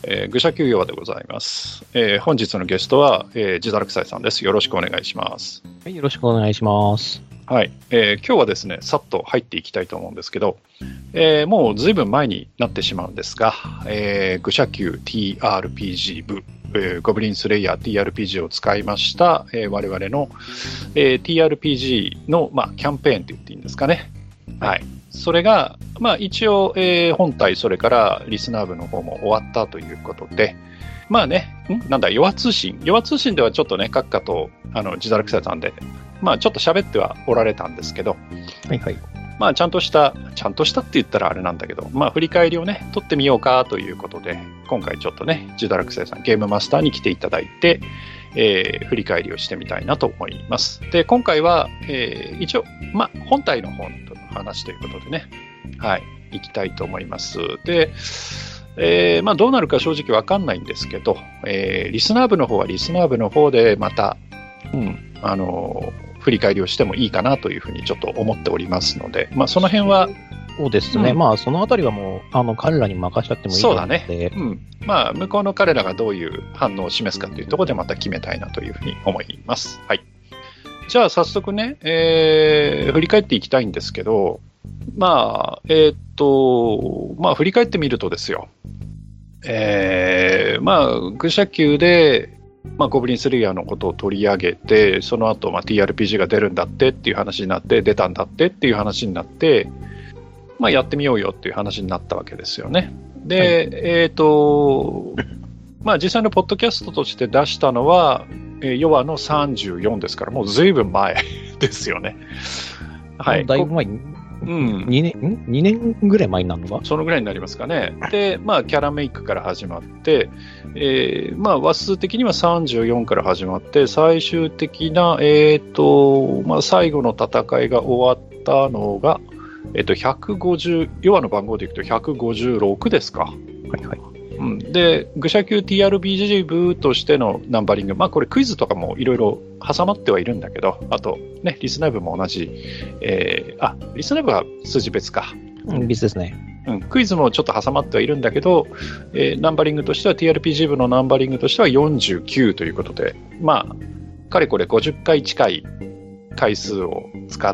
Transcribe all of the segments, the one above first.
愚者級弱でございます。本日のゲストは、ジダルクサイさんです。よろしくお願いします。 はい、よろしくお願いします。 はい、今日はですね、さっと入っていきたいと思うんですけど、もうずいぶん前になってしまうんですが、愚者級 TRPG 部、ゴブリンスレイヤー TRPG を使いました、我々の、TRPG の、キャンペーンと言っていいんですかね。はい。それが、一応、本体、それからリスナー部の方も終わったということで、弱通信ではちょっとね、閣下とジダルクサイさんで、ちょっと喋ってはおられたんですけど、 はいはい。 ちゃんとしたって言ったらあれなんだけど、振り返りをね、取ってみようかということで、今回ちょっとね、ジダルクサイさん、ゲームマスターに来ていただいて、振り返りをしてみたいなと思います。で、今回は、一応、本体の方の話ということでね、はい、いきたいと思います。で、どうなるか正直わかんないんですけど、リスナー部の方はリスナー部の方でまた、振り返りをしてもいいかなというふうにちょっと思っておりますので、その辺はそうですね、そのあたりはもう彼らに任せちゃってもいいと思うので、そうだね、向こうの彼らがどういう反応を示すかというところでまた決めたいなというふうに思います。はい。じゃあ早速ね、振り返っていきたいんですけど、振り返ってみるとですよ、愚者級で、ゴブリンスレイヤーのことを取り上げて、その後、TRPG が出るんだってっていう話になって、出たんだってっていう話になって、やってみようよっていう話になったわけですよね。で、実際のポッドキャストとして出したのは、ヨワの34ですから、もうずいぶん前ですよね。はい。 だいぶ前に、2年ぐらい前になるのか、 そのぐらいになりますかね。で、キャラメイクから始まって、話数的には34から始まって、最終的な、最後の戦いが終わったのが、150、ヨワの番号でいくと156ですか。 はいはい。 で、愚者級 TRPG 部としてのナンバリング、これクイズとかもいろいろ挟まってはいるんだけど、あとね、リスナー部も同じ、リスナー部は数字別か。 別ですね。 クイズもちょっと挟まってはいるんだけど、ナンバリングとしては TRPG 部のナンバリングとしては49ということで、かれこれ50回近い回数を使って、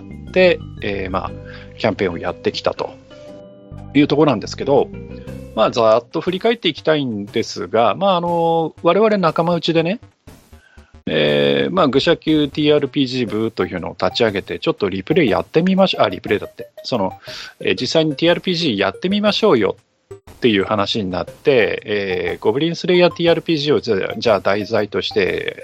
キャンペーンをやってきたというところなんですけど、ざっと振り返っていきたいんですが、我々仲間内でね、愚者級 TRPG 部というのを立ち上げて、ちょっとリプレイやってみましょう。リプレイだって。実際に TRPG やってみましょうよっていう話になって、ゴブリンスレイヤー TRPG をじゃあ題材として、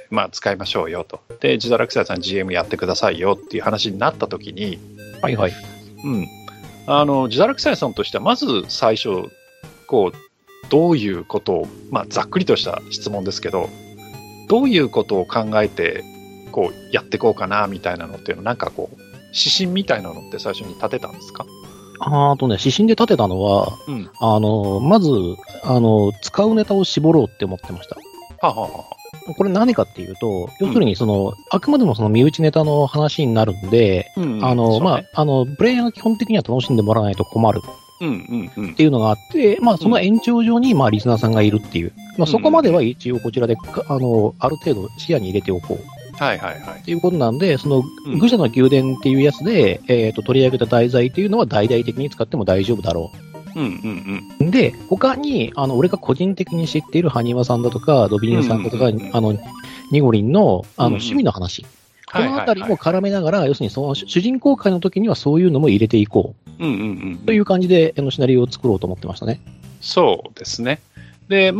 使いましょうよと。で、ジダラクサイさん GM やってくださいよっていう話になった時に、 はいはい。 ジダラクサイさんとしては、まず最初、どういうことを、ざっくりとした質問ですけど、どういうことを考えてやっていこうかなみたいなのっていうの、指針みたいなのって最初に立てたんですか？ 指針で立てたのは、まず使うネタを絞ろうって思ってました。これ何かっていうと、要するにあくまでも身内ネタの話になるんで、プレイヤーが基本的には楽しんでもらわないと困る。っていうのがあって、その延長上に、リスナーさんがいるっていう。そこまでは一応こちらで、ある程度視野に入れておこう。っていうことなんで、愚者の宮殿っていうやつで、取り上げた題材っていうのは大々的に使っても大丈夫だろう。で、他に、俺が個人的に知っているハニワさんだとか、ドビリンさんだとか、ニゴリンの、趣味の話。このあたりも絡めながら、要するにその主人公会の時にはそういうのも入れていこう。という感じで、シナリオを作ろうと思ってましたね。 そうですね。で、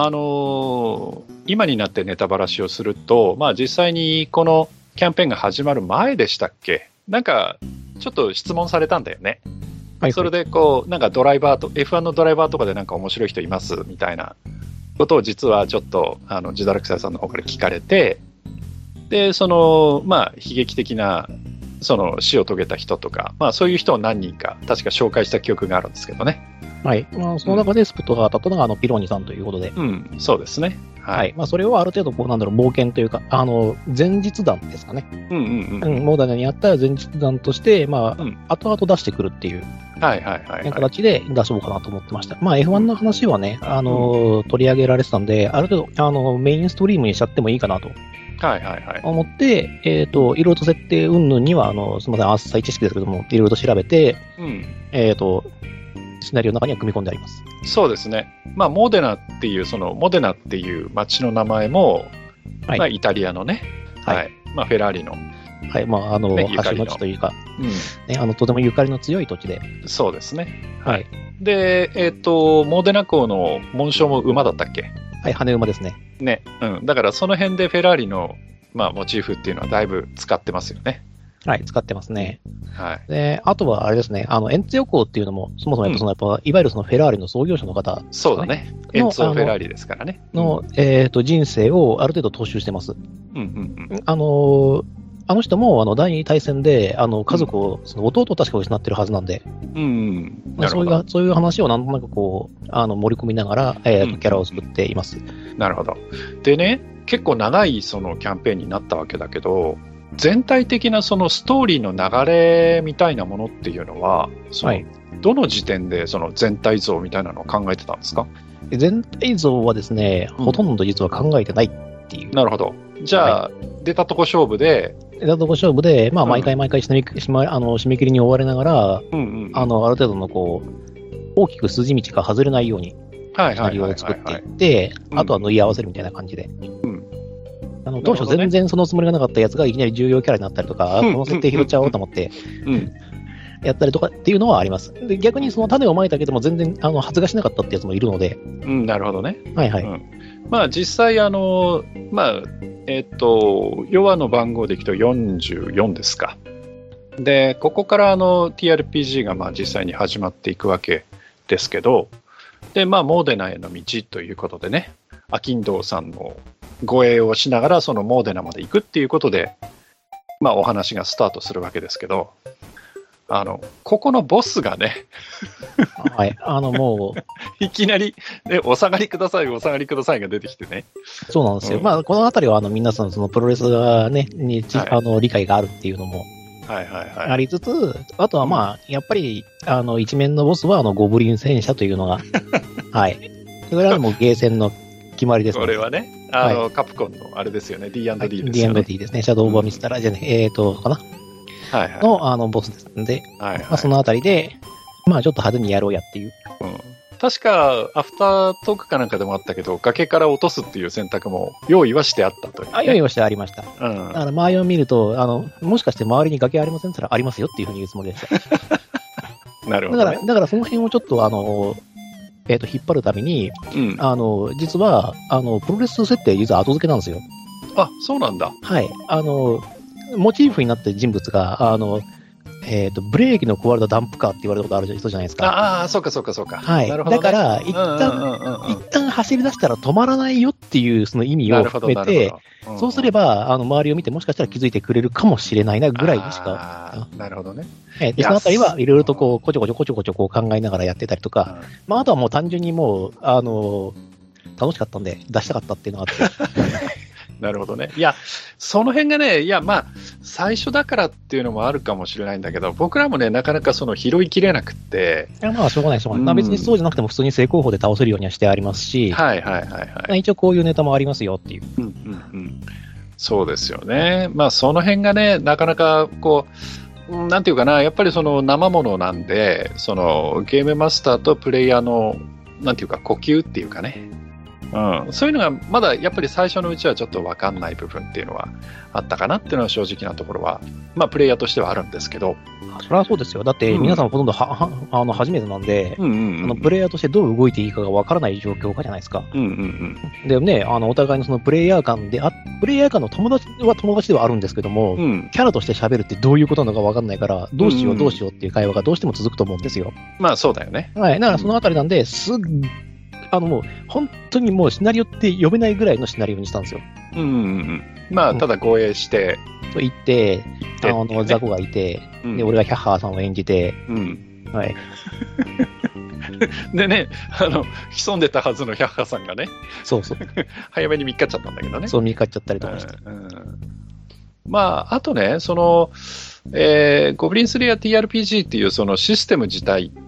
今になってネタばらしをすると、実際にこのキャンペーンが始まる前でしたっけ？ちょっと質問されたんだよね。それでドライバーと、F1 のドライバーとかで面白い人いますみたいなことを実はちょっと、ジダラクサイさんの方から聞かれて、で、悲劇的な、死を遂げた人とか、そういう人を何人か、確か紹介した記憶があるんですけどね。 はい。その中でスプットが当たったのが、ピロニさんということで。 そうですね。 はい。それをある程度、冒険というか、前日談ですかね。モーダンにあった前日談として、後々出してくるっていう形で出そうかなと思ってました。まあ F1 の話はね、取り上げられてたんで、ある程度、メインストリームにしちゃってもいいかなと。思って、いろいろと設定云々には、すみません、浅い知識ですけども、いろいろと調べて、シナリオの中には組み込んであります。 そうですね。まあ、モデナっていう街の名前も、まあ、イタリアのね、まあ、フェラーリの、 発祥の地というか、とてもゆかりの強い土地で。 そうですね。で、モデナ港の紋章も馬だったっけ？ はい、羽馬ですね。 ね。だからその辺でフェラーリの、まあ、モチーフっていうのはだいぶ使ってますよね。 はい、使ってますね。で、あとはあれですね、エンツィオ港っていうのも、そもそもやっぱいわゆるそのフェラーリの創業者の方、 そうだね。エンツォ・フェラーリですからね。 の、人生をある程度踏襲してます。あの人も第二次大戦で家族を、その弟を確か失ってるはずなんで、そういう話をなんとなくこう盛り込みながら、キャラを作っています。 なるほど。でね、結構長いそのキャンペーンになったわけだけど、全体的なそのストーリーの流れみたいなものっていうのは、どの時点でその全体像みたいなのを考えてたんですか？ 全体像はですね、ほとんど実は考えてないっていう。 なるほど。じゃあ、出たとこ勝負で、 まあ、毎回締め切りに追われながら、ある程度のこう、大きく筋道が外れないように、シナリオを作っていって、あとは縫い合わせるみたいな感じで。当初全然そのつもりがなかったやつがいきなり重要キャラになったりとか、この設定拾っちゃおうと思って、やったりとかっていうのはあります。で、逆にその種をまいたけども全然発芽しなかったってやつもいるので。 なるほどね。まあ実際まあ、ヨアの番号でいくと44ですか。で、ここからTRPG がまあ実際に始まっていくわけですけど、で、まあ、モーデナへの道ということでね、アキンドーさんの護衛をしながら、そのモーデナまで行くっていうことで、まあ、お話がスタートするわけですけど、ここのボスがね、 はい、もう、いきなり、ね、お下がりくださいが出てきてね。 そうなんですよ。まあ、このあたりは、皆さん、そのプロレスがね、に、理解があるっていうのも、ありつつ、あとはまあ、やっぱり、一面のボスは、ゴブリン戦車というのが、はい。それはもうゲーセンの決まりですね。 これはね、カプコンのあれですよね、D&D ですよね。 D&D ですね。シャドウオブミスターじゃね、かなの、ボスですので、まあ、そのあたりで、まあ、ちょっと派手にやろうやっていう。 確か、アフタートークかなんかでもあったけど、崖から落とすっていう選択も用意はしてあったという、ね。 用意はしてありました。だから周りを見ると、もしかして周りに崖ありませんって言ったらありますよっていうふうに言うつもりでした。 なるほど、ね。 だからその辺をちょっと、引っ張るために、実は、プロレス設定実は後付けなんですよ。 あ、そうなんだ。 はい。モチーフになっている人物が、ブレーキの壊れたダンプカーって言われたことある人じゃないですか。 ああ、そうか。 はい。なるほどね、だから、一旦走り出したら止まらないよっていうその意味を含めて、そうすれば、周りを見てもしかしたら気づいてくれるかもしれないなぐらいにしか。 なるほどね。 で、そのあたりはいろいろとこう、こちょこちょこう考えながらやってたりとか、まあ、あとはもう単純にもう、楽しかったんで出したかったっていうのがあって。 なるほどね。いや、その辺がね、いや、まあ、最初だからっていうのもあるかもしれないんだけど、僕らもね、なかなかその拾いきれなくって。 いや、まあ、しょうがない。まあ、別にそうじゃなくても普通に正攻法で倒せるようにはしてありますし、一応こういうネタもありますよっていう。 そうですよね。まあ、その辺がね、なかなかこう、なんていうかな、やっぱりその生ものなんで、そのゲームマスターとプレイヤーの、なんていうか、呼吸っていうかね、そういうのがまだやっぱり最初のうちはちょっと分かんない部分っていうのはあったかなっていうのは正直なところは、まあ、プレイヤーとしてはあるんですけど。 それはそうですよ。だって皆さんほとんど初めてなんで、プレイヤーとしてどう動いていいかが分からない状況下じゃないですか。でね、お互いのそのプレイヤー間の友達は友達ではあるんですけども、キャラとして喋るってどういうことなのか分かんないから、どうしようっていう会話がどうしても続くと思うんですよ。 まあそうだよね。 はい。だからそのあたりなんで、もう、本当にもうシナリオって読めないぐらいのシナリオにしたんですよ。 まあ、ただ護衛して。 と言って、雑魚がいて、で、俺がヒャッハーさんを演じて、はい。 でね、潜んでたはずのヒャッハーさんがね、 そう。 早めに見っかっちゃったんだけどね。 そう、見っかっちゃったりとかして。 あとね、ゴブリンスレイヤー TRPG っていうそのシステム自体って、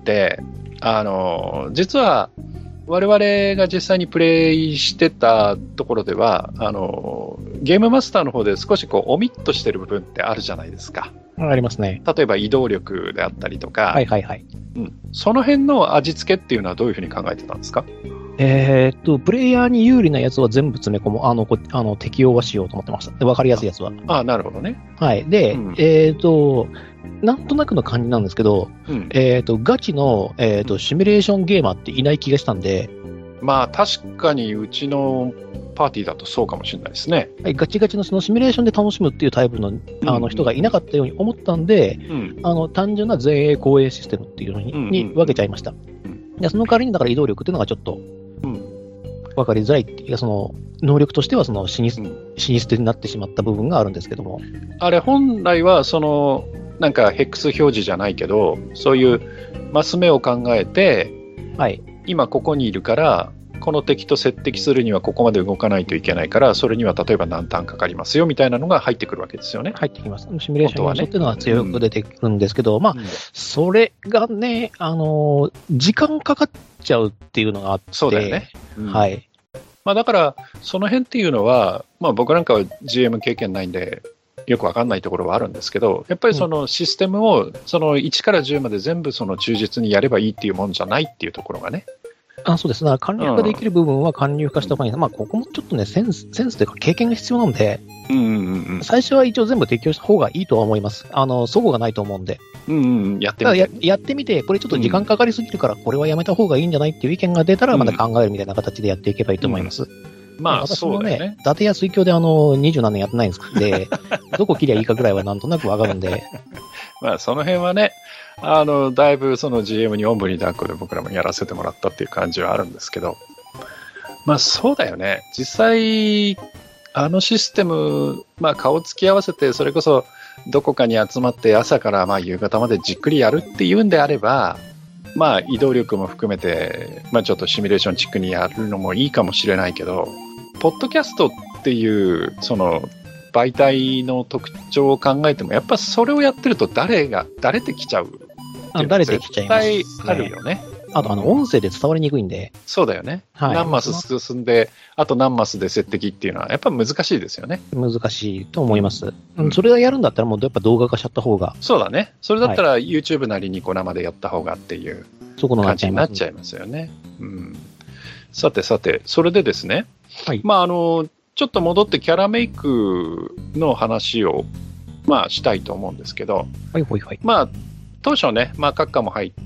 実は我々が実際にプレイしてたところでは、ゲームマスターの方で少しオミットしてる部分ってあるじゃないですか。 ありますね。 例えば移動力であったりとか、 はいはいはい。 その辺の味付けっていうのはどういうふうに考えてたんですか？ プレイヤーに有利なやつは全部詰め込む、適用はしようと思ってました。わかりやすいやつは。 なるほどね。 はい。で、なんとなくの感じなんですけど、ガチの、シミュレーションゲーマーっていない気がしたんで。 確かにうちのパーティーだとそうかもしれないですね。 はい、ガチガチのそのシミュレーションで楽しむっていうタイプの、人がいなかったように思ったんで、単純な前衛後衛システムっていうのに分けちゃいました。でその代わりにだから移動力っていうのがちょっと分かりづらいっていうか、その能力としてはそのシニステになってしまった部分があるんですけども、 あれ本来はなんかヘックス表示じゃないけど、そういうマス目を考えて、 はい、 今ここにいるからこの敵と接敵するにはここまで動かないといけないから、それには例えば何ターンかかりますよみたいなのが入ってくるわけですよね。 入ってきます。シミュレーション要素っていうのは強く出てくるんですけど、それがね、時間かかっちゃうっていうのがあって。 そうだよね。 はい。 だからその辺っていうのは、僕なんかは GM 経験ないんでよくわかんないところはあるんですけど、やっぱりそのシステムを1から10まで全部忠実にやればいいっていうもんじゃないっていうところがね。 そうです。だから簡略化できる部分は簡略化した方がいい。ここもちょっとね、センスというか経験が必要なので、最初は一応全部適用した方がいいとは思います。齟齬がないと思うんで。 やってみて。 やってみて、これちょっと時間かかりすぎるから、これはやめた方がいいんじゃないっていう意見が出たら、また考えるみたいな形でやっていけばいいと思います。私もね、伊達や水郷で20何年やってないんですで、どこ切りゃいいかぐらいはなんとなくわかるんで。 その辺はね、だいぶその GM におんぶに抱っこで僕らもやらせてもらったっていう感じはあるんですけど、そうだよね。実際、システム、顔つき合わせて、それこそどこかに集まって朝から夕方までじっくりやるっていうんであれば、移動力も含めて、ちょっとシミュレーションチックにやるのもいいかもしれないけど、ポッドキャストっていうその媒体の特徴を考えても、やっぱそれをやってると誰ってきちゃうっていうのは絶対あるよね。 あと音声で伝わりにくいんで。 そうだよね。何マス進んで、あと何マスで接敵っていうのはやっぱ難しいですよね。 難しいと思います。それがやるんだったらもうやっぱ動画化しちゃった方が。 そうだね。それだったら YouTube なりに生でやった方がっていう感じになっちゃいますよね。さて、それでですね。はい。ちょっと戻ってキャラメイクの話をしたいと思うんですけど。 はい。 当初ね、閣下も入って、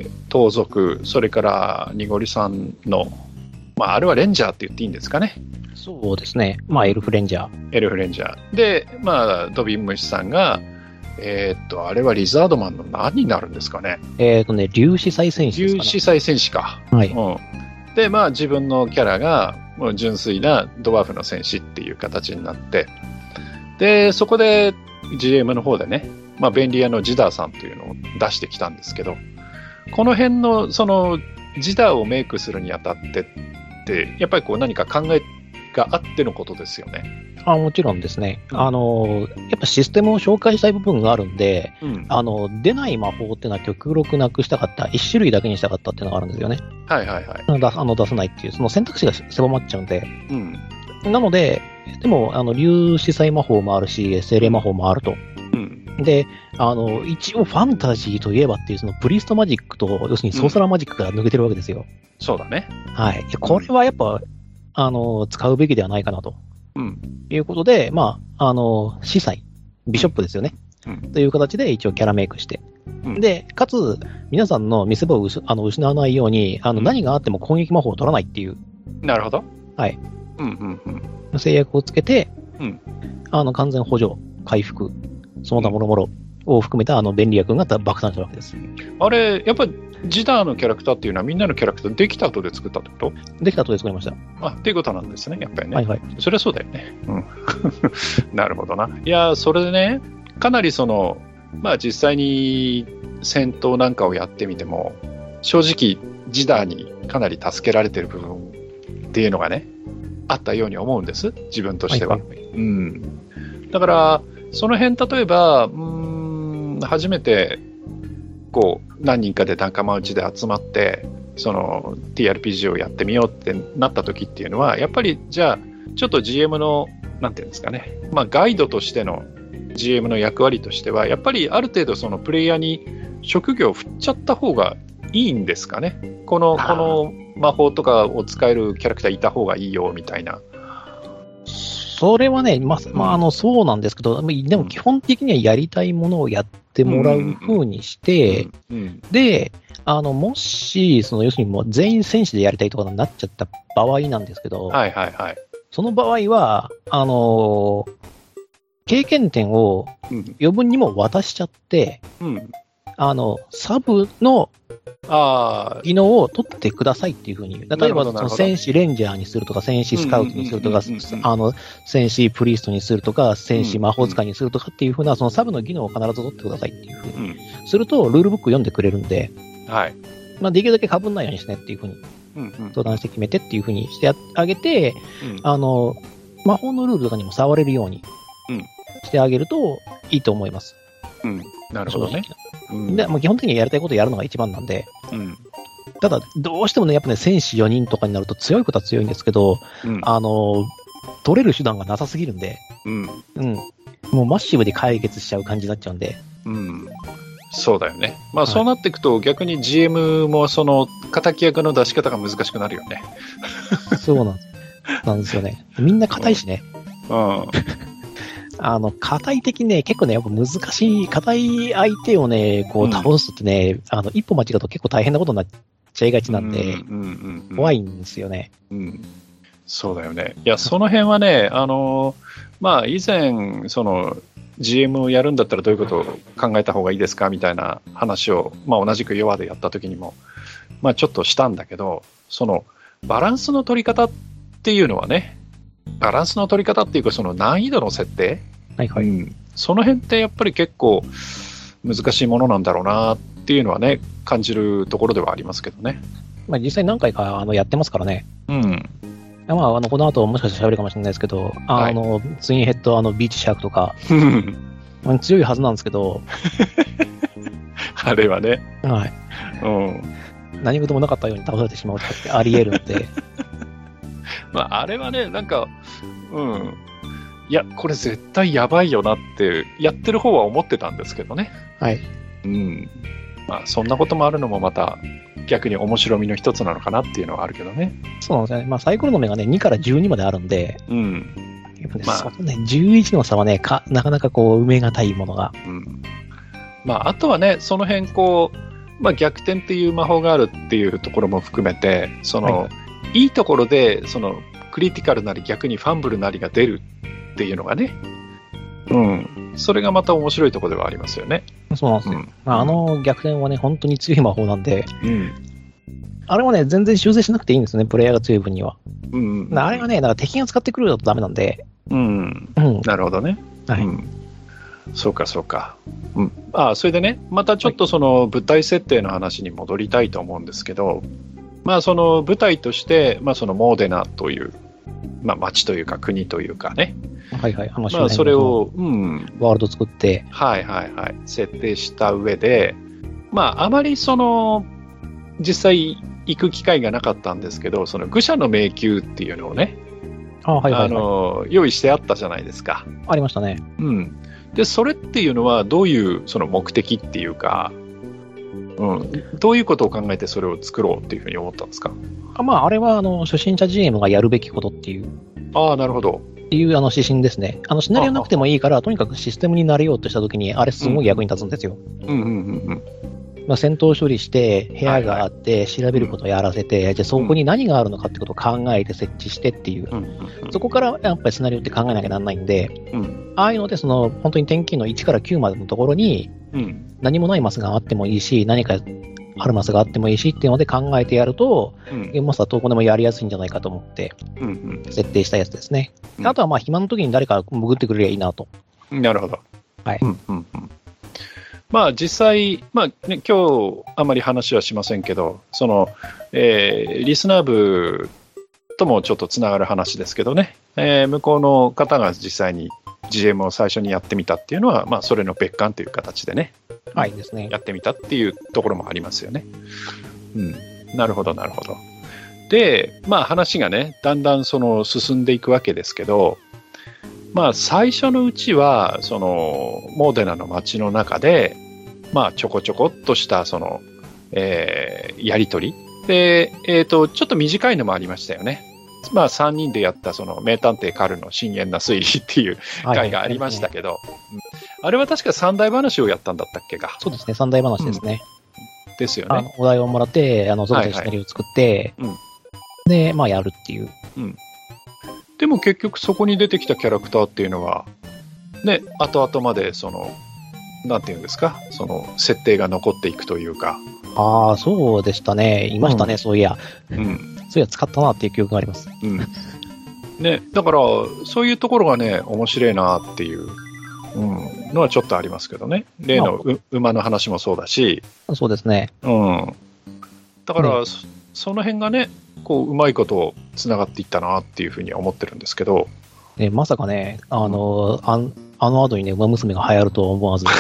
盗賊、それからにごりさんの、あれはレンジャーって言っていいんですかね。 そうですね。エルフレンジャー。で、ドビンムシさんが、あれはリザードマンの何になるんですかね。 粒子再戦士ですかね。 粒子再戦士か。 はい。 で、自分のキャラが、もう純粋なドワーフの戦士っていう形になって、で、そこで GM の方でね、便利屋のジダーさんというのを出してきたんですけど、この辺のそのジダーをメイクするにあたってってやっぱり何か考えがあってのことですよね。 もちろんですね。やっぱシステムを紹介したい部分があるんで、出ない魔法っていうのは極力なくしたかった、一種類だけにしたかったっていうのがあるんですよね。出さないっていう、その選択肢が狭まっちゃうんで。なので、でも、粒子祭魔法もあるし、精霊魔法もあると。で、一応ファンタジーといえばっていう、そのプリストマジックと、要するにソーサラーマジックから抜けてるわけですよ。 そうだね。 はい。これはやっぱ、使うべきではないかなと。いうことで、司祭、ビショップですよね。という形で一応キャラメイクして。で、かつ、皆さんの見せ場を失わないように、何があっても攻撃魔法を取らないっていう。 なるほど。 はい。制約をつけて、完全補助、回復、その他もろもろを含めた便利薬が爆誕したわけです。 あれ、やっぱりジダーのキャラクターっていうのはみんなのキャラクターできた後で作ったってこと？ できた後で作りました。 っていうことなんですね、やっぱりね。 はい。 それはそうだよね。なるほどな。いや、それでね、かなり実際に戦闘なんかをやってみても、正直ジダーにかなり助けられてる部分っていうのがね、あったように思うんです、自分としては。 だからその辺例えば初めてこう何人かで仲間内で集まってその TRPG をやってみようってなった時っていうのはやっぱりじゃあちょっと GM のなんていうんですかね、ガイドとしての GM の役割としてはやっぱりある程度そのプレイヤーに職業を振っちゃった方がいいんですかね。この魔法とかを使えるキャラクターいた方がいいよみたいな。 それはね、そうなんですけど、でも基本的にはやりたいものをやってもらう風にして、で、もし、要するにもう全員戦士でやりたいとかになっちゃった場合なんですけど、その場合は、経験点を余分にも渡しちゃって、サブの技能を取ってくださいっていうふうに、例えばその戦士レンジャーにするとか、戦士スカウトにするとか、戦士プリストにするとか、戦士魔法使いにするとかっていうふうな、そのサブの技能を必ず取ってくださいっていうふうにすると、ルールブック読んでくれるんで、できるだけ被んないようにしてねっていうふうに相談して決めてっていうふうにしてあげて、魔法のルールとかにも触れるようにしてあげるといいと思います。 なるほどね。 で基本的にやりたいことをやるのが一番なんで、ただ、どうしてもね、やっぱね、戦士4人とかになると強いことは強いんですけど、取れる手段がなさすぎるんで、もうマッシブで解決しちゃう感じになっちゃうんで。 そうだよね。そうなっていくと、逆に GM もその敵役の出し方が難しくなるよね。 そうなんですよね。みんな硬いしね。硬い的ね、結構ね、やっぱ難しい、硬い相手をね、こう倒すってね、一歩間違うと結構大変なことになっちゃいがちなんで、怖いんですよね。 そうだよね。いや、その辺はね、以前、その、GM をやるんだったらどういうことを考えた方がいいですかみたいな話を、同じく弱でやった時にも、ちょっとしたんだけど、その、バランスの取り方っていうのはね、バランスの取り方っていうか、その難易度の設定、その辺ってやっぱり結構難しいものなんだろうなっていうのはね、感じるところではありますけどね。 実際何回かやってますからね。この後もしかして喋るかもしれないですけど、ツインヘッド、ビーチシャークとか、強いはずなんですけど、 あれはね。 何事もなかったように倒されてしまうとかってあり得るんで。 あれはね、なんか、いや、これ絶対やばいよなって、やってる方は思ってたんですけどね。そんなこともあるのもまた、逆に面白みの一つなのかなっていうのはあるけどね。 そうなんですよね。サイコロの目がね、2から12まであるんで、やっぱそのね、11の差はね、なかなかこう、埋めがたいものが。 あとはね、その辺こう、逆転っていう魔法があるっていうところも含めて、その、いいところで、その、クリティカルなり逆にファンブルなりが出るっていうのがね、それがまた面白いところではありますよね。 そうなんですよ。逆転はね、本当に強い魔法なんで、あれはね、全然修正しなくていいんですよね、プレイヤーが強い分には。あれはね、敵が使ってくるとダメなんで。 なるほどね。そうか、そうか。それでね、またちょっとその舞台設定の話に戻りたいと思うんですけど、その舞台として、そのモーデナという、町というか国というかね、それを、 ワールド作って、 設定した上で、あまりその、実際行く機会がなかったんですけど、その愚者の迷宮っていうのをね、用意してあったじゃないですか。 ありましたね。 で、それっていうのはどういうその目的っていうか、どういうことを考えてそれを作ろうっていうふうに思ったんですか？ あれは初心者 GM がやるべきことっていう。 なるほど。 っていう指針ですね。シナリオなくてもいいから、とにかくシステムになれようとしたときに、あれすごい役に立つんですよ。戦闘処理して、部屋があって、調べることをやらせて、じゃあそこに何があるのかってことを考えて設置してっていう。そこからやっぱりシナリオって考えなきゃならないんで、ああいうので、本当に点キーの1から9までのところに、何もないマスがあってもいいし、何かあるマスがあってもいいしっていうので考えてやると、ゲームマスターどこでもやりやすいんじゃないかと思って、設定したやつですね。あとは暇の時に誰か潜ってくれりゃいいなと。 なるほど。実際、今日あまり話はしませんけど、その、リスナー部ともちょっとつながる話ですけどね、向こうの方が実際に GM を最初にやってみたっていうのは、まあ、それの別館という形でね、 はいですね。 やってみたっていうところもありますよね。うん。なるほど、なるほど。で、まあ話がね、だんだんその進んでいくわけですけど、まあ最初のうちは、その、モーデナの街の中で、まあちょこちょこっとしたその、やりとり。で、ちょっと短いのもありましたよね。まあ3人でやったその名探偵カルの深淵な推理っていう回がありましたけど、あれは確か三大話をやったんだったっけか。 そうですね、三大話ですね。 ですよね。 お題をもらって、それぞれシナリオを作って、で、まあやるっていう。 でも結局そこに出てきたキャラクターっていうのは、ね、後々までその、なんていうんですか、その設定が残っていくというか。 ああ、そうでしたね。いましたね、そういや。そういや、使ったなっていう記憶があります。 ね、だから、そういうところがね、面白いなっていう、のはちょっとありますけどね。例の馬の話もそうだし。 そうですね。 だから、その辺がね、こう、うまいことつながっていったなっていうふうには思ってるんですけど。 まさかね、あの後にね、馬娘が流行るとは思わず。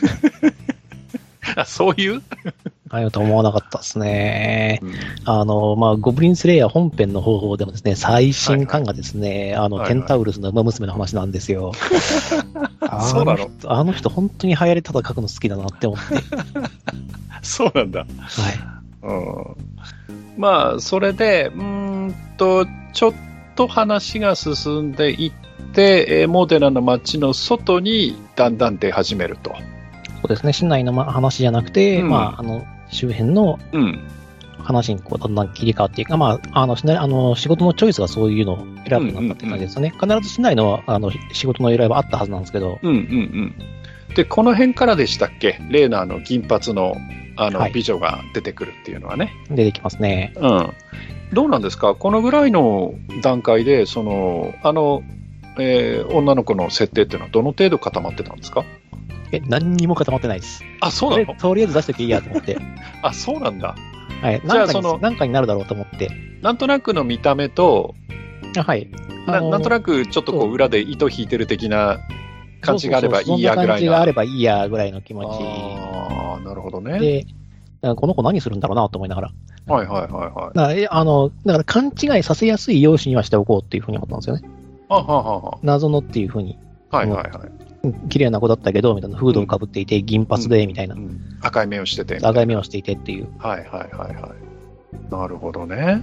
そういう流行ると思わなかったですね。まあ、ゴブリンスレイヤー本編の方法でもですね、最新刊がですね、テンタウルスの馬娘の話なんですよ。 そうなの？ あの人本当に流行りただ書くの好きだなって思って。 そうなんだ。 はい。 まあ、それで、ちょっと話が進んでいって、モーデナの街の外にだんだん出始めると。 そうですね、市内の話じゃなくて、まあ、周辺の話にこうだんだん切り替わっていくか、まあ、仕事のチョイスがそういうのを選ぶようになったって感じですよね。必ず市内の仕事の依頼はあったはずなんですけど。 で、この辺からでしたっけ、例の銀髪の美女が出てくるっていうのはね。 出てきますね。 どうなんですか、このぐらいの段階で、その、女の子の設定っていうのはどの程度固まってたんですか？ 何にも固まってないです。 あ、そうなの？ とりあえず出しときゃいいやと思って。 あ、そうなんだ。 はい。じゃあ何かになるだろうと思って。 なんとなくの見た目と、 はい。 なんとなくちょっとこう裏で糸引いてる的な感じがあればいいやぐらいな。 そんな感じがあればいいやぐらいの気持ち。 ああ、なるほどね。 で、この子何するんだろうなと思いながら。 はいはいはいはい。 だから勘違いさせやすい容姿にはしておこうっていうふうに思ったんですよね。謎のっていうふうに。 はいはいはい。 綺麗な子だったけど、みたいな、フードをかぶっていて、銀髪で、みたいな。 赤い目をしてて。 赤い目をしていてっていう。 はいはいはいはい。なるほどね。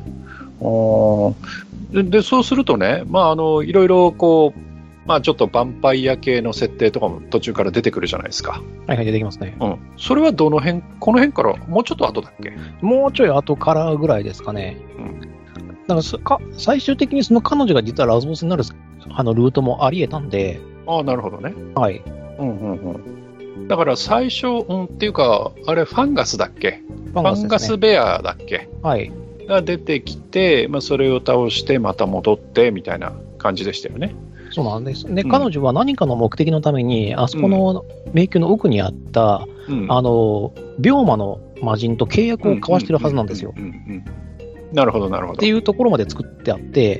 で、そうするとね、まあ、いろいろこう、まあ、ちょっとヴァンパイア系の設定とかも途中から出てくるじゃないですか。 はいはい、出てきますね。 それはこの辺から、もうちょっと後だっけ？ もうちょい後からぐらいですかね。だから最終的にその彼女が実はラスボスになるルートもあり得たんで。 ああ、なるほどね。 はい。 だから最初、っていうか、あれ、ファンガスだっけ？ファンガスベアだっけ？ はい。 が出てきて、まあ、それを倒して、また戻って、みたいな感じでしたよね。 そうなんです。で、彼女は何かの目的のために、あそこの迷宮の奥にあった、病魔の魔人と契約を交わしてるはずなんですよ。 なるほど、なるほど。 っていうところまで作ってあって、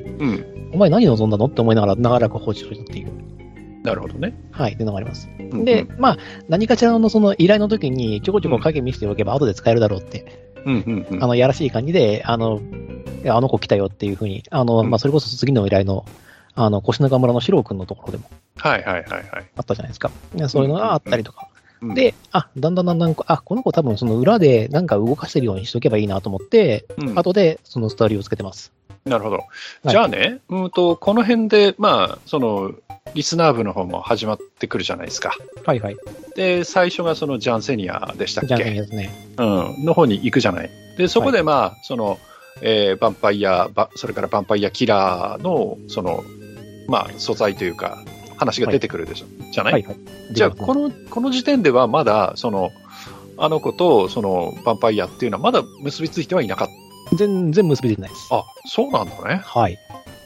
お前何望んだのって思いながら長らく放置してるっていう。 なるほどね。 はい、っていうのがあります。で、まあ、何かしらのその依頼の時にちょこちょこ影見せておけば後で使えるだろうって、やらしい感じで、あの子来たよっていうふうに、まあ、それこそ次の依頼の、越中村の四郎君のところでも、あったじゃないですか。そういうのがあったりとか。で、だんだん、この子多分その裏でなんか動かしてるようにしとけばいいなと思って、後でそのストーリーをつけてます。 なるほど。じゃあね、この辺で、まあ、その、リスナー部の方も始まってくるじゃないですか。 はいはい。 で、最初がそのジャンセニアでしたっけ？ ジャンセニアですね。 の方に行くじゃない。で、そこでまあ、その、ヴァンパイア、それからヴァンパイアキラーの、その、まあ、素材というか、話が出てくるでしょ、じゃない？じゃあ、この時点ではまだ、その、あの子と、その、ヴァンパイアっていうのはまだ結びついてはいなかった。 全然結びついてないです。 あ、そうなんだね。 はい。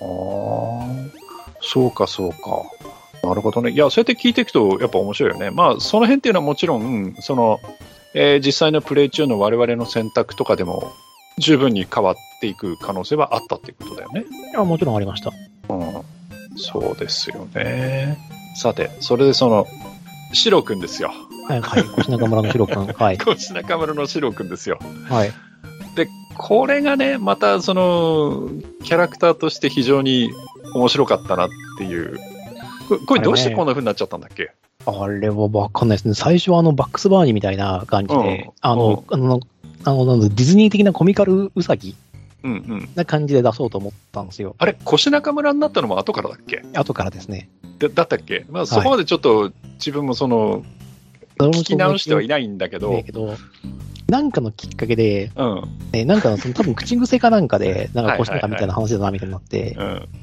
そうか、そうか。なるほどね。いや、そうやって聞いていくと、やっぱ面白いよね。まあ、その辺っていうのはもちろん、その、実際のプレイ中の我々の選択とかでも、十分に変わっていく可能性はあったっていうことだよね。 いや、もちろんありました。 そうですよね。 さて、それでその、シロ君ですよ。 はい、はい。腰中村のシロ君。はい。 腰中村のシロ君ですよ。 はい。 で、これがね、またその、キャラクターとして非常に面白かったなっていう。これどうしてこんな風になっちゃったんだっけ？ あれはわかんないですね。最初はバックスバーニーみたいな感じで、ディズニー的なコミカルウサギな感じで出そうと思ったんですよ。 あれ、腰中村になったのも後からだっけ？ 後からですね。 だったっけ？まあそこまでちょっと自分もその、聞き直してはいないんだけど、 なんかのきっかけで、なんか多分口癖かなんかで、なんか腰中みたいな話だなみたいになって。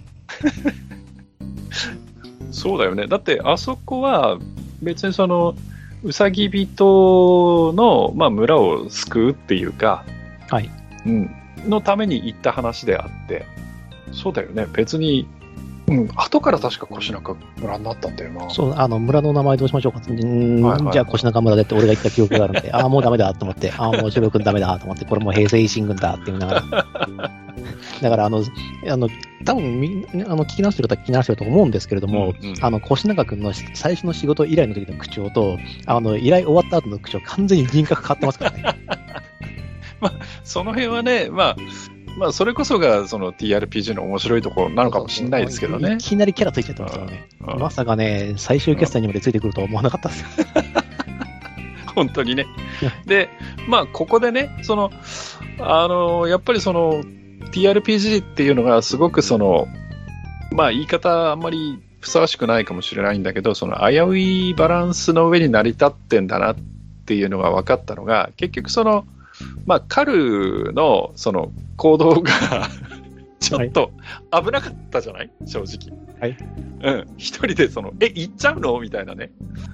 そうだよね。だってあそこは別にそのうさぎ人の、まあ、村を救うっていうか、 はい、 のために行った話であって、そうだよね。別に。後から確か腰中村になったんだよな。 そう、村の名前どうしましょうか。じゃあ腰中村でって俺が言った記憶があるんで、もうダメだと思って、もうシロ君ダメだと思って、これもう平成維新軍だって言いながら。だから多分聞き直してる方は聞き直してると思うんですけれども、腰中君の最初の仕事依頼の時の口調と、依頼終わった後の口調、完全に人格変わってますからね。 まあ、その辺はね、まあ、それこそがその TRPG の面白いところなのかもしれないですけどね。 いきなりキャラついちゃってますからね。まさかね、最終決戦にまでついてくるとは思わなかったですよ。 本当にね。で、まあ、ここでね、その、やっぱりその TRPG っていうのがすごくその、まあ、言い方あんまりふさわしくないかもしれないんだけど、その危ういバランスの上に成り立ってんだなっていうのが分かったのが、結局その、まあ、カルのその行動がちょっと危なかったじゃない？正直。 はい。 一人でその、行っちゃうの？みたいなね。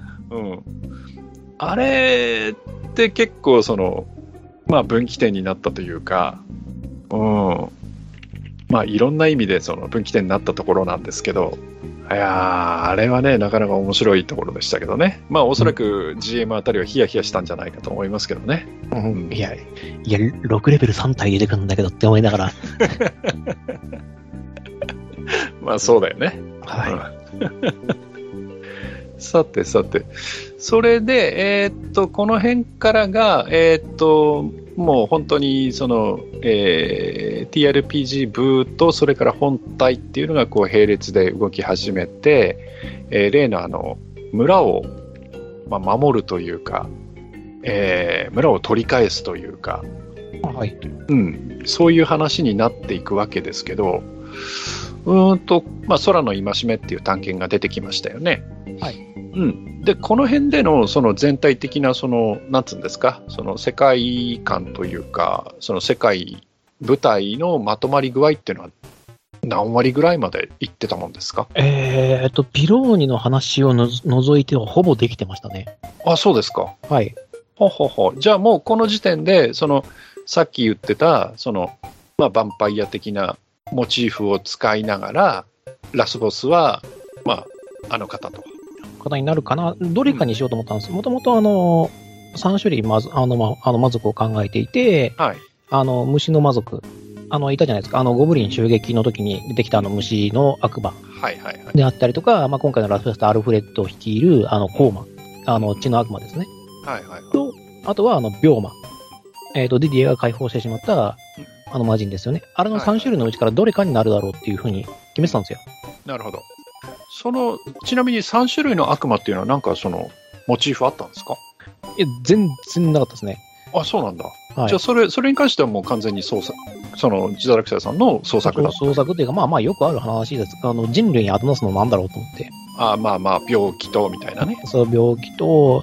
あれって結構その、まあ分岐点になったというか、まあいろんな意味でその分岐点になったところなんですけど、いやあれはね、なかなか面白いところでしたけどね。まあおそらく GM あたりはヒヤヒヤしたんじゃないかと思いますけどね。 いや、6レベル3体出てくるんだけどって思いながら。 まあそうだよね。 はい。 さて、それで、この辺からが、もう本当にその、TRPG 部とそれから本体っていうのがこう並列で動き始めて、例の村を、まあ、守るというか、村を取り返すというか、 はい、 そういう話になっていくわけですけど、まあ、空の戒めっていう単元が出てきましたよね。 はい。 でこの辺でのその全体的なそのなんつうんですか、その世界観というか、その世界舞台のまとまり具合っていうのは何割ぐらいまでいってたもんですか？ ピローニの話を除いてはほぼできてましたね。 あ、そうですか。 はい。 じゃあもうこの時点でそのさっき言ってたその、まあ、ヴァンパイア的なモチーフを使いながらラスボスは、まあ、あの方と。 方になるかな、どれかにしようと思ったんです。もともと3種類魔族を考えていて、 はい、 虫の魔族、いたじゃないですか、ゴブリン襲撃の時に出てきた虫の悪魔であったりとか、まあ、今回のラスボスアルフレッドを率いるコーマ、血の悪魔ですね。と、あとは病魔。ディディエが解放してしまった魔人ですよね。あれの3種類のうちからどれかになるだろうっていうふうに決めてたんですよ。 なるほど。ちなみに3種類の悪魔っていうのはなんかそのモチーフあったんですか？ いや、全然なかったですね。 あ、そうなんだ。はい、じゃあそれに関してはもう完全にその自堕落者さんの創作だった。 創作っていうか、まあよくある話です。人類に後なすのなんだろうと思って。 まあ病気とみたいなね。 そう、病気と、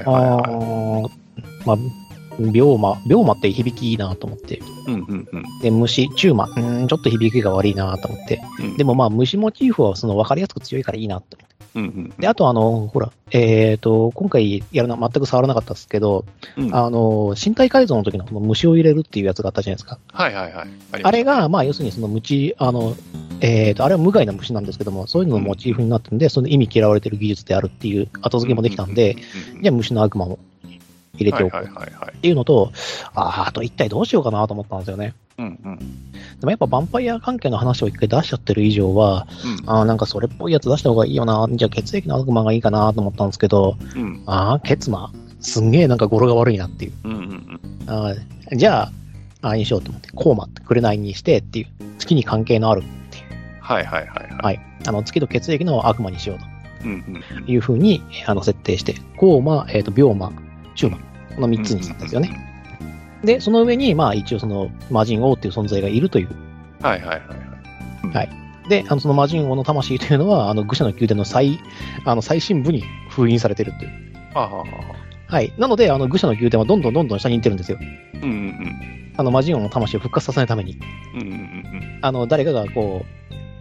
まあ病魔って響きいいなと思って。で、虫、チューマ、ちょっと響きが悪いなと思って。でもまあ、虫モチーフはその分かりやすく強いからいいなと思って。で、あとほら、今回やるのは全く触らなかったですけど、身体改造の時の虫を入れるっていうやつがあったじゃないですか。あれが、まあ、要するにその虫、あれは無害な虫なんですけども、そういうののモチーフになってるんで、その意味嫌われてる技術であるっていう後付けもできたんで、じゃあ虫の悪魔も入れておくっていうのと、あと一体どうしようかなと思ったんですよね。 うんうん。 でもやっぱヴァンパイア関係の話を一回出しちゃってる以上は、なんかそれっぽいやつ出した方がいいよな、じゃあ血液の悪魔がいいかなと思ったんですけど、血魔すんげえなんか語呂が悪いなっていう。じゃあ、にしようと思って、コーマって紅にしてっていう、月に関係のあるっていう。 はいはいはいはい。 月と血液の悪魔にしようというふうに設定して、コーマ、病魔、シューマ、この3つにしたんですよね。で、その上に、一応その魔人王っていう存在がいるという。 はいはいはいはい。で、その魔人王の魂というのは、愚者の宮殿の最深部に封印されてるっていう。はい。なので、愚者の宮殿はどんどん下に行ってるんですよ。魔人王の魂を復活させないために。誰かがこう、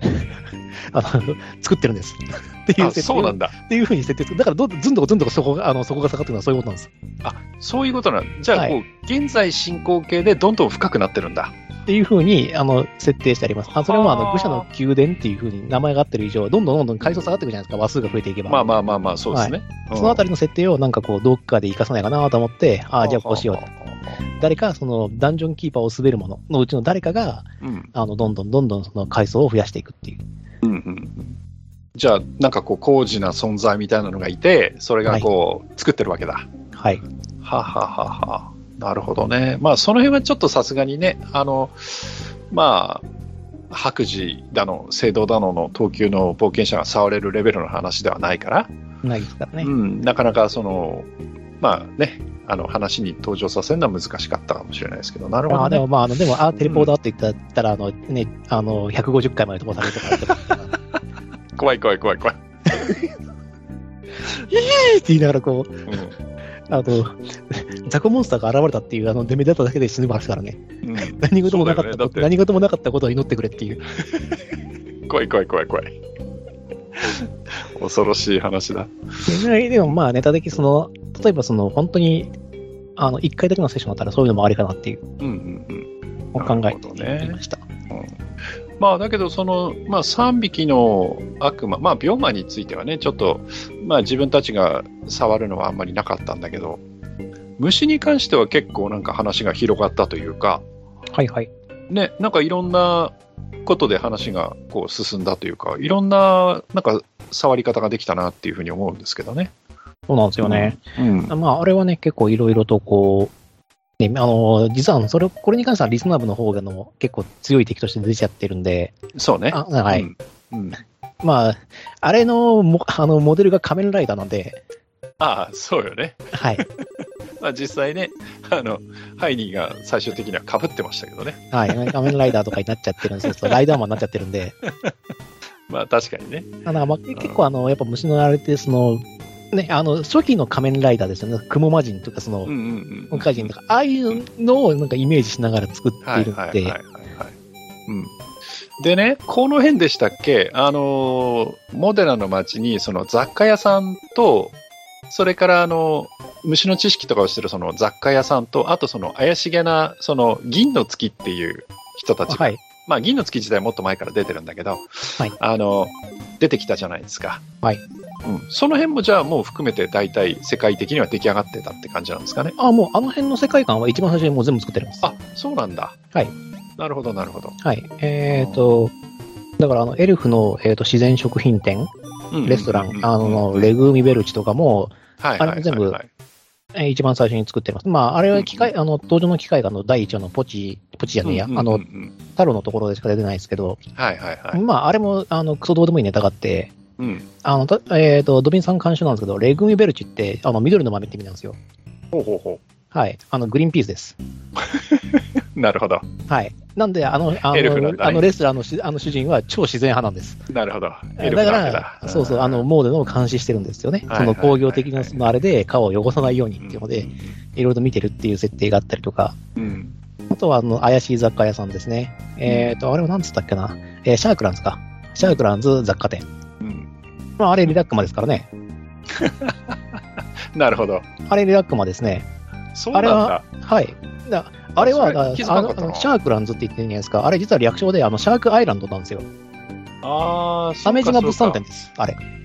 作ってるんです。っていう設定。 そうなんだ。 っていうふうに設定する。だからずんどこそこが下がってるのはそういうことなんです。 そういうことなんだ。じゃあ、現在進行形でどんどん深くなってるんだ。 っていうふうに、設定してあります。それも、愚者の宮殿っていうふうに名前があってる以上、どんどん階層下がっていくじゃないですか。話数が増えていけば。 まあ、そうですね。 そのあたりの設定をなんかこう、どっかで活かさないかなと思って、じゃあこうしようと。誰か、その、ダンジョンキーパーを滑るもののうちの誰かが、どんどんその階層を増やしていくっていう。 じゃあ、なんかこう、高次な存在みたいなのがいて、それがこう、作ってるわけだ。 はい。 なるほどね。その辺はちょっとさすがにね、白磁だの、聖堂だのの等級の冒険者が触れるレベルの話ではないから。 ないですからね。 なかなかその、話に登場させるのは難しかったかもしれないですけど、なるほど、ね。 でも、テレポーターって言ったら、150回まで飛ばされるとか。 怖い。 って言いながらこう、ザコモンスターが現れたっていうデメだっただけで死ぬますからね。何事もなかったことを祈ってくれっていう。 怖い。恐ろしい話だ。 でもネタ的例えば本当に1回だけのセッションだったらそういうのもありかなっていう考えていました。 だけど3匹の悪魔、病魔についてはね、ちょっと、自分たちが触るのはあんまりなかったんだけど、虫に関しては結構なんか話が広がったというか、ね、なんかいろんなことで話がこう進んだというか、いろんななんか触り方ができたなっていうふうに思うんですけどね。 そうなんですよね。あれはね、結構いろいろとこう、ね、実はこれに関してはリスナー部の方が結構強い敵として出ちゃってるんで。 そうね。 はい。あれのモデルが仮面ライダーなんで。 そうよね。 はい。 実際ね、ハイニーが最終的には被ってましたけどね。 はい。仮面ライダーとかになっちゃってるんですよ。ライダーマンになっちゃってるんで。 確かにね。 結構やっぱ虫のあれってね、初期の仮面ライダーですよね。雲魔人とか怪人とか、ああいうのをなんかイメージしながら作っているんで。 でね、この辺でしたっけ、モデナの町にその雑貨屋さんと、それから虫の知識とかをしてるその雑貨屋さんと、あとその怪しげなその銀の月っていう人たちが、銀の月自体もっと前から出てるんだけど、出てきたじゃないですか。その辺もじゃあもう含めて大体世界的には出来上がってたって感じなんですかね。 もう辺の世界観は一番最初にもう全部作ってあります。 そうなんだ。 はい。 なるほど。 はい。だからエルフの、自然食品店、レストラン、レグーミベルチとかも、あれも全部、一番最初に作ってます。あれは登場の機械が第1話のポチじゃねえや、太郎のところでしか出てないですけど、あれも、クソどうでもいいネタがあって、ドビンさん監修なんですけど、レグーミベルチって、緑の豆って意味なんですよ。はい。グリーンピースです。 なるほど。 はい。なんで、レスラーの主人は超自然派なんです。 なるほど。 だから、モーデナを監視してるんですよね。その工業的なあれで顔を汚さないようにっていうので、いろいろと見てるっていう設定があったりとか、あとは怪しい雑貨屋さんですね。あれは何つったっけな。シャークランズか。シャークランズ雑貨店。あれリラックマですからね。 なるほど。 あれリラックマですね。 そうなんだ。あれは、 はい。あれはシャークランズって言ってるじゃないですか。あれ実は略称でシャークアイランドなんですよ。 アメージング物産展です。あれ。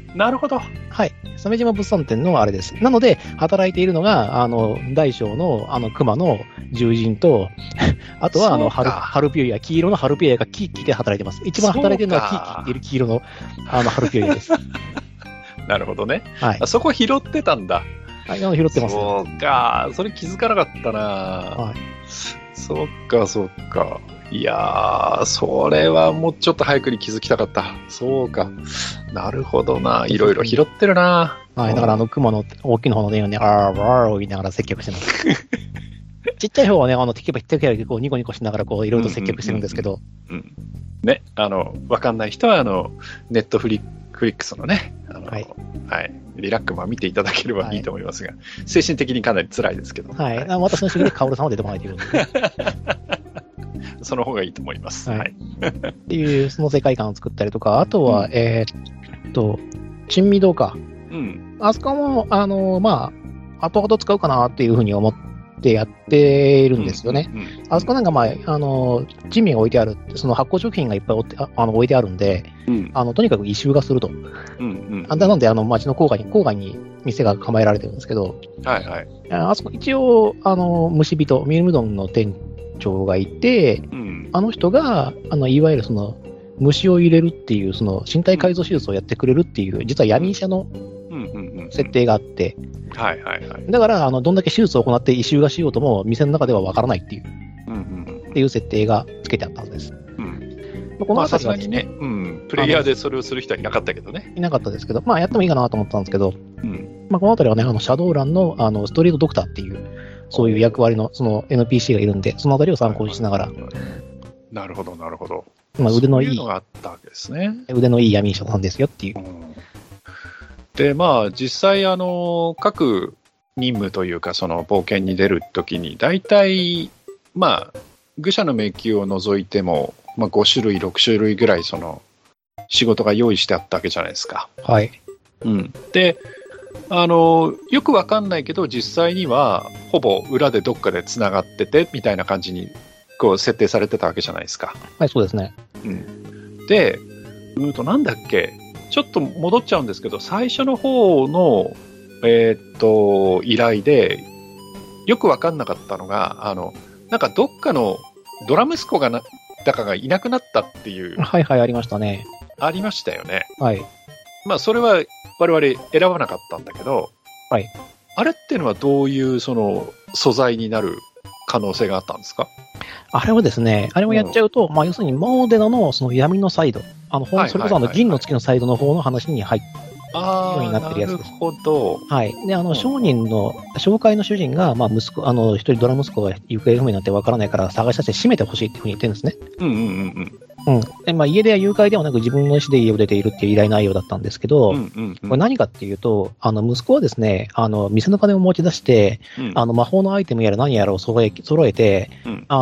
なるほど。 はい。鮫島物産展のあれです。なので、働いているのが、大小の、熊の獣人と、あとは、ハルピュイヤ、黄色のハルピュイヤがキーキーで働いてます。一番働いてるのはキーキーっている黄色の、ハルピュイヤです。 なるほどね。 はい。 そこ拾ってたんだ。 はい、拾ってます。 そうか。それ気づかなかったな。はい。そうか、そうか。いやー、それはもうちょっと早くに気づきたかった。そうか。なるほどな。いろいろ拾ってるな。 はい。だから熊の大きな方の電話ね、あーを言いながら接客してます。ちっちゃい方はね、テキパキこうニコニコしながらこういろいろと接客してるんですけど。 ね、わかんない人はネットフリックスのね、はい。リラックマ見ていただければいいと思いますが、精神的にかなり辛いですけど。 はい。私の主義でカオルさんは出てこないということで。 その方がいいと思います。はい。 っていう、その世界観を作ったりとか、あとは、珍味堂か。あそこも、まあ、後々使うかなっていうふうに思ってやっているんですよね。あそこなんか、まあ、珍味が置いてある、その発酵食品がいっぱい置いてあるんで、とにかく異臭がすると。なので、町の郊外に店が構えられてるんですけど、 はいはい。 あそこ、一応、虫人、ミルムドンの店長がいて、あの人が、いわゆるその、虫を入れるっていう、その、身体改造手術をやってくれるっていう、実は闇医者の設定があって、だから、どんだけ手術を行って異臭がしようとも、店の中ではわからないっていう、っていう設定がつけてあったはずです。 このさすがにね、プレイヤーでそれをする人はいなかったけどね。 いなかったですけど、まあ、やってもいいかなと思ったんですけど、このあたりはね、シャドウランの、ストリートドクターっていう、そういう役割の、その NPC がいるんで、そのあたりを参考にしながら。なるほど、なるほど。 まあ、腕のいい、 のがあったわけですね。 腕のいい闇医者さんですよっていう。 で、まあ、実際、各任務というか、その冒険に出るときに、大体、まあ、愚者の迷宮を除いても、まあ、5種類、6種類ぐらい、その、仕事が用意してあったわけじゃないですか。 はい。 で、よくわかんないけど、実際には、ほぼ裏でどっかで繋がってて、みたいな感じに、こう、設定されてたわけじゃないですか。 はい、そうですね。 で、なんだっけ、ちょっと戻っちゃうんですけど、最初の方の、依頼で、よくわかんなかったのが、なんかどっかのドラ息子がだかがいなくなったっていう。 はいはい、ありましたね。 ありましたよね。 はい。 まあ、それは我々選ばなかったんだけど、 はい。 あれっていうのはどういうその素材になる可能性があったんですか？ あれはですね、あれをやっちゃうと、まあ、要するにモーデナのその闇のサイド、それこそ銀の月のサイドの方の話に入って、ようになってるやつです。 なるほど。 はい。で、紹介の主人が、まあ、一人ドラ息子が行方不明になってわからないから探し出して閉めてほしいっていうふうに言ってるんですね。で、まあ、家出や誘拐ではなく自分の意思で家を出ているっていう依頼内容だったんですけど、これ何かっていうと、息子はですね、店の金を持ち出して、魔法のアイテムやら何やらを揃えて、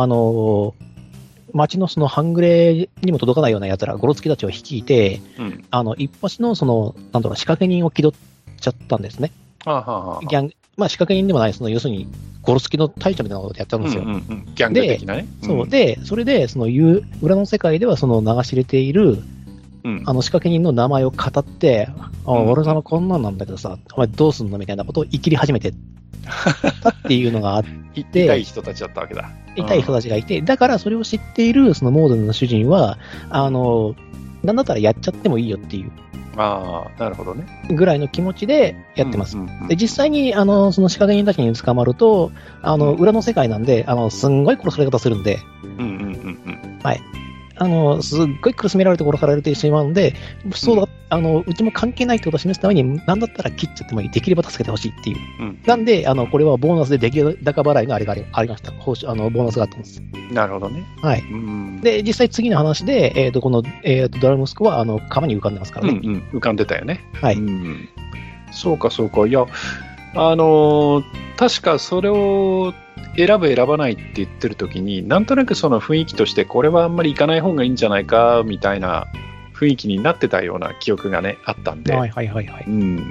町のその半グレにも届かないような奴ら、ゴロツキたちを率いて、一発のその、なんだろう、仕掛け人を気取っちゃったんですね。まあ、仕掛け人でもない、要するに、ゴロツキの隊長みたいなことでやっちゃうんですよ。 ギャング的なね。 そう。で、それで、裏の世界では、流し入れている、仕掛け人の名前を語って、俺様こんなんなんだけどさ、お前どうすんのみたいなことを言い切り始めてたっていうのがあって、 痛い人たちだったわけだ。 痛い人たちがいて、だからそれを知っているそのモードの主人は、なんだったらやっちゃってもいいよっていう。 なるほどね。 ぐらいの気持ちでやってます。で、実際に、その仕掛け人たちに捕まると、裏の世界なんで、すんごい殺され方するんで、はい。すっごい苦しめられて殺されてしまうんで、うちも関係ないってことを示すために、なんだったら切っちゃってもいい。できれば助けてほしいっていう。なんで、これはボーナスで出来高払いのあれがありました。ボーナスがあったんです。 なるほどね。 はい。で、実際次の話で、この、ドラ息子は、川に浮かんでますからね。 浮かんでたよね。 はい。 そうか、そうか。いや、確かそれを、選ぶ選ばないって言ってる時になんとなくその雰囲気としてこれはあんまり行かない方がいいんじゃないかみたいな雰囲気になってたような記憶がねあったんで、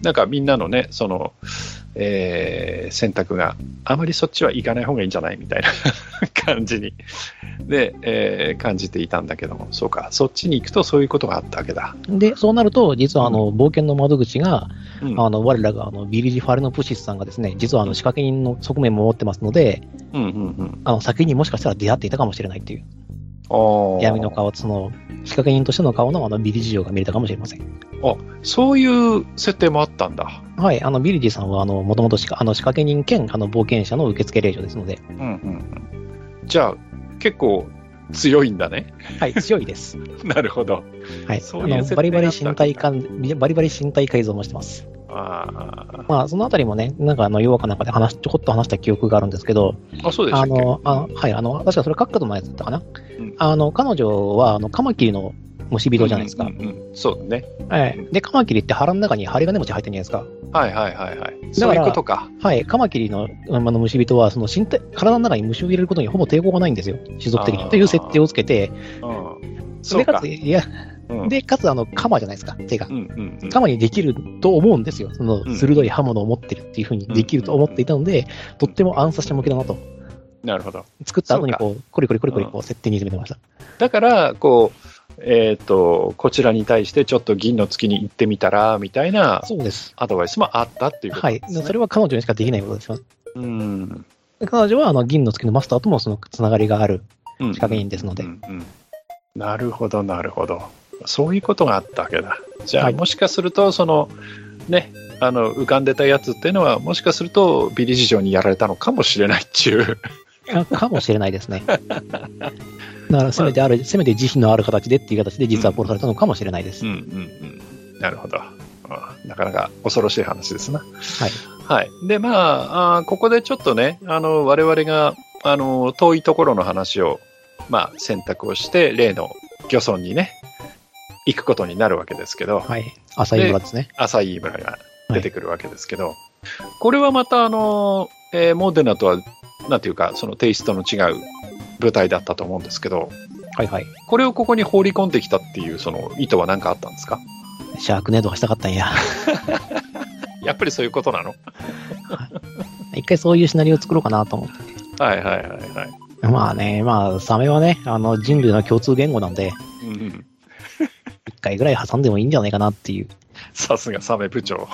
なんかみんなのね、その、選択があまりそっちは行かない方がいいんじゃないみたいな感じにで、感じていたんだけども、そうか、そっちに行くとそういうことがあったわけだ。 で、そうなると、実は冒険の窓口が、我らがビリジ・ファレノプシスさんがですね、実は仕掛け人の側面も持ってますので、先にもしかしたら出会っていたかもしれないっていう。闇の顔、その仕掛け人としての顔のビリジ嬢が見れたかもしれません。 そういう設定もあったんだ。 はい、ビリジさんはもともと仕掛け人兼冒険者の受付令嬢ですので。 じゃあ結構強いんだね。 はい、強いです。 なるほど。 はい、バリバリ身体改造もしてます。まあ、そのあたりもね、なんか弱かなんかでちょこっと話した記憶があるんですけど、 そうでしたっけ？ はい、確かそれカッカドのやつだったかな。彼女は、カマキリの虫人じゃないですか。 そうだね。 はい。で、カマキリって腹の中に針金持ち入ってるじゃないですか。 はい。そういうことか。 はい。カマキリの虫人は、体の中に虫を入れることにほぼ抵抗がないんですよ。種族的に。という設定をつけて、で、かつ、カマじゃないですか、手が。カマにできると思うんですよ。鋭い刃物を持ってるっていうふうにできると思っていたので、とっても暗殺者向けだなと。 なるほど。 作った後にコリコリ設定に詰めてました。 だから、こちらに対してちょっと銀の月に行ってみたら、みたいなアドバイスもあったっていうことですね。 はい。それは彼女にしかできないことですよ。彼女は銀の月のマスターともそのつながりがある仕掛け人ですので。 なるほど。そういうことがあったわけだ。じゃあ、もしかすると、ね、浮かんでたやつっていうのは、もしかするとビリジ嬢にやられたのかもしれないっていう。 かもしれないですね。だからせめて慈悲のある形でっていう形で実は殺されたのかもしれないです。 なるほど。なかなか恐ろしい話ですな。 はい。 で、まあ、ここでちょっとね、我々が、遠いところの話を、選択をして、例の漁村にね、行くことになるわけですけど。 はい。浅井村ですね。 浅井村が出てくるわけですけど、これはまた、モデナとは、なんていうか、そのテイストの違う舞台だったと思うんですけど、これをここに放り込んできたっていう、その意図は何かあったんですか？ シャークネードがしたかったんや。 やっぱりそういうことなの？ 一回そういうシナリオを作ろうかなと思って。まあね、サメはね、人類の共通言語なんで、一回ぐらい挟んでもいいんじゃないかなっていう。 さすがサメ部長。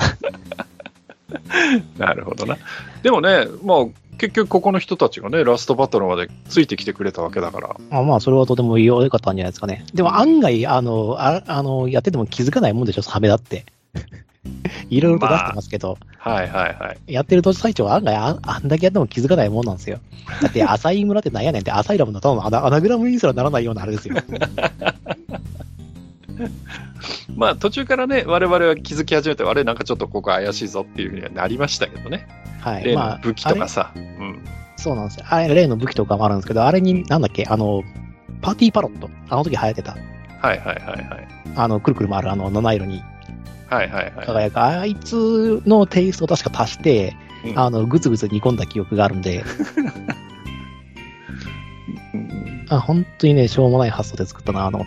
なるほどな。でもね、結局ここの人たちがね、ラストバトルまでついてきてくれたわけだから。 それはとても良かったんじゃないですかね。でも案外、やってても気づかないもんでしょ、サメだって。いろいろと出してますけど。やってる最中は案外あんだけやっても気づかないもんなんですよ。だって、浅井村ってなんやねんって、浅井ラムのただのアナグラムにすらならないようなあれですよ。 途中からね、我々は気づき始めて、あれ、なんかちょっとここ怪しいぞっていうふうにはなりましたけどね。例の武器とかさ。 そうなんですよ。例の武器とかもあるんですけど、あれに、なんだっけ、パーティーパロット。あの時流行ってた。くるくる回る七色に。輝く。あいつのテイストを確か足して、ぐつぐつ煮込んだ記憶があるんで。本当にね、しょうもない発想で作ったなと思って。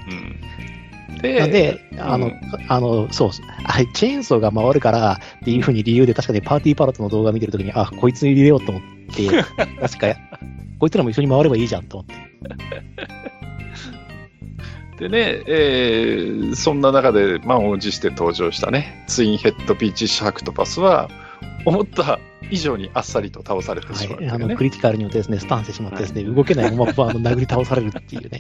で、そう、チェーンソーが回るからっていうふうに理由で確かにパーティーパロットの動画見てるときに、こいつ入れようと思って、確か、こいつらも一緒に回ればいいじゃんと思って。 でね、そんな中で満を持して登場したね、ツインヘッドピーチシャークトパスは、思った以上にあっさりと倒されてしまう、 クリティカルによってですね、スタンしてしまってですね、動けないまま殴り倒されるっていうね。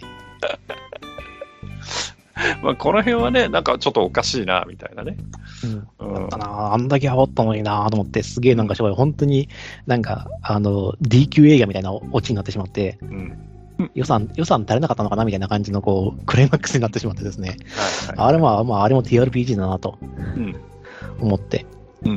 この辺はね、なんかちょっとおかしいな、みたいなね。 だったな、あんだけ煽ったのになと思って、すげえなんか本当になんか、D 級映画みたいなオチになってしまって、予算足りなかったのかなみたいな感じのクライマックスになってしまってですね。あれも TRPG だなと思って。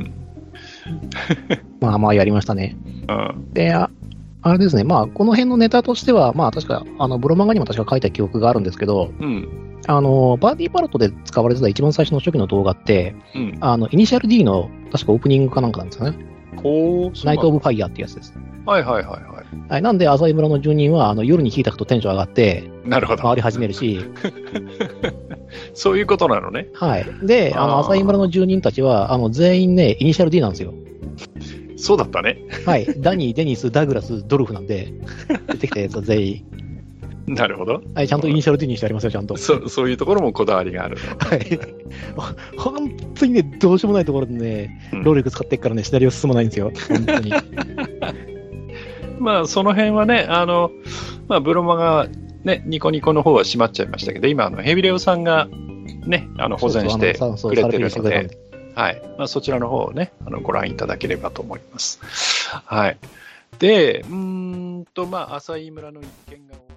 やりましたね。で、あれですね、この辺のネタとしては、確か、ブロマガにも確か書いた記憶があるんですけど、バーディーパロットで使われてた一番最初の初期の動画って、イニシャル D の確かオープニングかなんかなんですよね。ナイト・オブ・ファイヤーっていうやつです。なんで、浅井村の住人は夜に火たくとテンション上がって、回り始めるし、 そういうことなのね。 はい。で、浅井村の住人たちは、全員ね、イニシャル D なんですよ。 そうだったね。 はい。ダニー、デニス、ダグラス、ドルフなんで、出てきたやつは全員。 なるほど。 はい、ちゃんとイニシャル D にしてありますよ、ちゃんと。 そういうところもこだわりがある。 はい。本当にね、どうしようもないところでね、労力使ってっからね、シナリオ進まないんですよ。本当に。 まあ、その辺はね、まあ、ブロマが、ね、ニコニコの方は閉まっちゃいましたけど、今、ヘビレオさんが、ね、保全してくれてるので、はい。まあ、そちらの方をね、ご覧いただければと思います。はい。で、まあ、浅井村の一件が